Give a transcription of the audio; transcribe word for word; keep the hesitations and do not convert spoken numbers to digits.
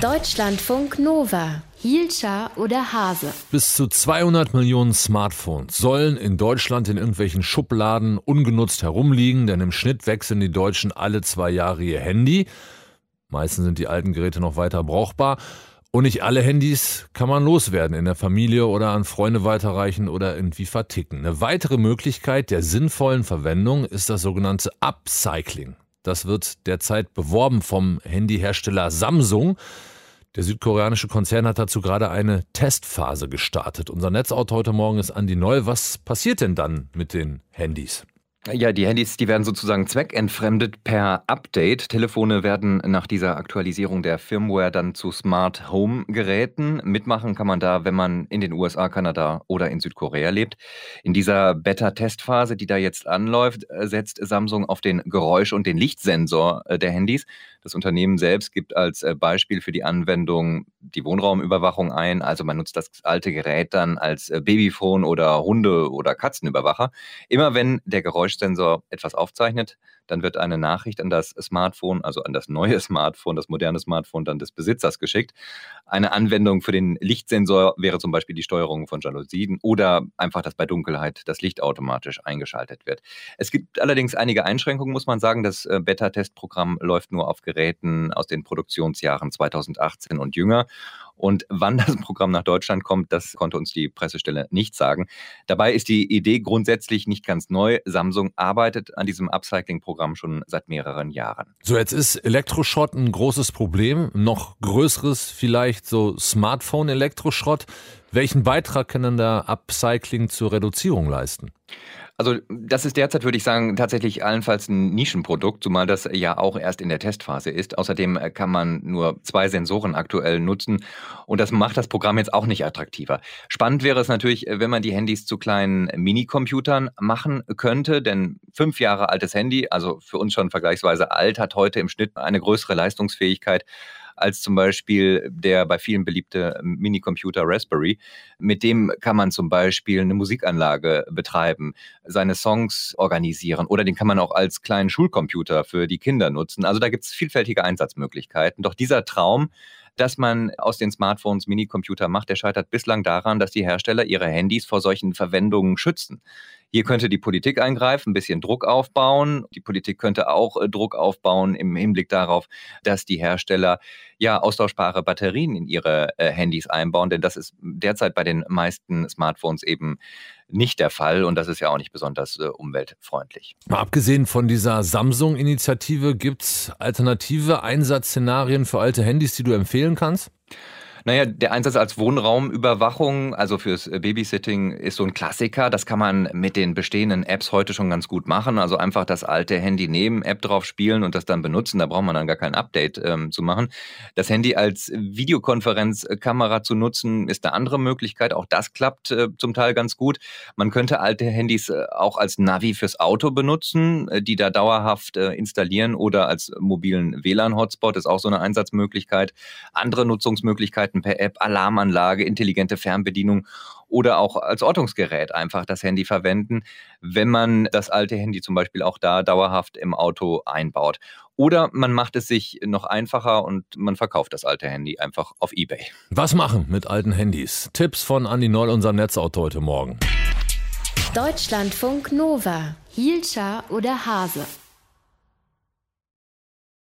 Deutschlandfunk Nova. Hielscher oder Hase? Bis zu zweihundert Millionen Smartphones sollen in Deutschland in irgendwelchen Schubladen ungenutzt herumliegen, denn im Schnitt wechseln die Deutschen alle zwei Jahre ihr Handy. Meistens sind die alten Geräte noch weiter brauchbar. Und nicht alle Handys kann man loswerden, in der Familie oder an Freunde weiterreichen oder irgendwie verticken. Eine weitere Möglichkeit der sinnvollen Verwendung ist das sogenannte Upcycling. Das wird derzeit beworben vom Handyhersteller Samsung. Der südkoreanische Konzern hat dazu gerade eine Testphase gestartet. Unser Netzautor heute Morgen ist Andi Noll. Was passiert denn dann mit den Handys? Ja, die Handys, die werden sozusagen zweckentfremdet per Update. Telefone werden nach dieser Aktualisierung der Firmware dann zu Smart Home Geräten. Mitmachen kann man da, wenn man in den U S A, Kanada oder in Südkorea lebt. In dieser Beta-Testphase, die da jetzt anläuft, setzt Samsung auf den Geräusch- und den Lichtsensor der Handys. Das Unternehmen selbst gibt als Beispiel für die Anwendung die Wohnraumüberwachung ein. Also man nutzt das alte Gerät dann als Babyphone oder Hunde- oder Katzenüberwacher. Immer wenn der Geräuschsensor etwas aufzeichnet, dann wird eine Nachricht an das Smartphone, also an das neue Smartphone, das moderne Smartphone dann des Besitzers geschickt. Eine Anwendung für den Lichtsensor wäre zum Beispiel die Steuerung von Jalousien oder einfach, dass bei Dunkelheit das Licht automatisch eingeschaltet wird. Es gibt allerdings einige Einschränkungen, muss man sagen. Das Beta-Testprogramm läuft nur auf Geräten aus den Produktionsjahren zweitausendachtzehn und jünger. Und wann das Programm nach Deutschland kommt, das konnte uns die Pressestelle nicht sagen. Dabei ist die Idee grundsätzlich nicht ganz neu. Samsung arbeitet an diesem Upcycling-Programm schon seit mehreren Jahren. So, jetzt ist Elektroschrott ein großes Problem. Noch größeres vielleicht so Smartphone-Elektroschrott. Welchen Beitrag kann denn der Upcycling zur Reduzierung leisten? Also das ist derzeit, würde ich sagen, tatsächlich allenfalls ein Nischenprodukt, zumal das ja auch erst in der Testphase ist. Außerdem kann man nur zwei Sensoren aktuell nutzen und das macht das Programm jetzt auch nicht attraktiver. Spannend wäre es natürlich, wenn man die Handys zu kleinen Minicomputern machen könnte, denn fünf Jahre altes Handy, also für uns schon vergleichsweise alt, hat heute im Schnitt eine größere Leistungsfähigkeit als zum Beispiel der bei vielen beliebte Minicomputer Raspberry. Mit dem kann man zum Beispiel eine Musikanlage betreiben, seine Songs organisieren oder den kann man auch als kleinen Schulcomputer für die Kinder nutzen. Also da gibt es vielfältige Einsatzmöglichkeiten. Doch dieser Traum, dass man aus den Smartphones Minicomputer macht, der scheitert bislang daran, dass die Hersteller ihre Handys vor solchen Verwendungen schützen. Hier könnte die Politik eingreifen, ein bisschen Druck aufbauen. Die Politik könnte auch äh, Druck aufbauen im Hinblick darauf, dass die Hersteller ja austauschbare Batterien in ihre äh, Handys einbauen, denn das ist derzeit bei den meisten Smartphones eben nicht der Fall und das ist ja auch nicht besonders äh, umweltfreundlich. Mal abgesehen von dieser Samsung-Initiative, gibt es alternative Einsatzszenarien für alte Handys, die du empfehlen kannst? Naja, der Einsatz als Wohnraumüberwachung, also fürs Babysitting, ist so ein Klassiker. Das kann man mit den bestehenden Apps heute schon ganz gut machen. Also einfach das alte Handy nehmen, App drauf spielen und das dann benutzen. Da braucht man dann gar kein Update ähm, zu machen. Das Handy als Videokonferenzkamera zu nutzen, ist eine andere Möglichkeit. Auch das klappt äh, zum Teil ganz gut. Man könnte alte Handys äh, auch als Navi fürs Auto benutzen, äh, die da dauerhaft äh, installieren oder als mobilen W L A N-Hotspot ist auch so eine Einsatzmöglichkeit. Andere Nutzungsmöglichkeiten per App, Alarmanlage, intelligente Fernbedienung oder auch als Ortungsgerät einfach das Handy verwenden, wenn man das alte Handy zum Beispiel auch da dauerhaft im Auto einbaut. Oder man macht es sich noch einfacher und man verkauft das alte Handy einfach auf eBay. Was machen mit alten Handys? Tipps von Andi Noll, unserem Netzautor heute Morgen. Deutschlandfunk Nova. Hielscher oder Hase?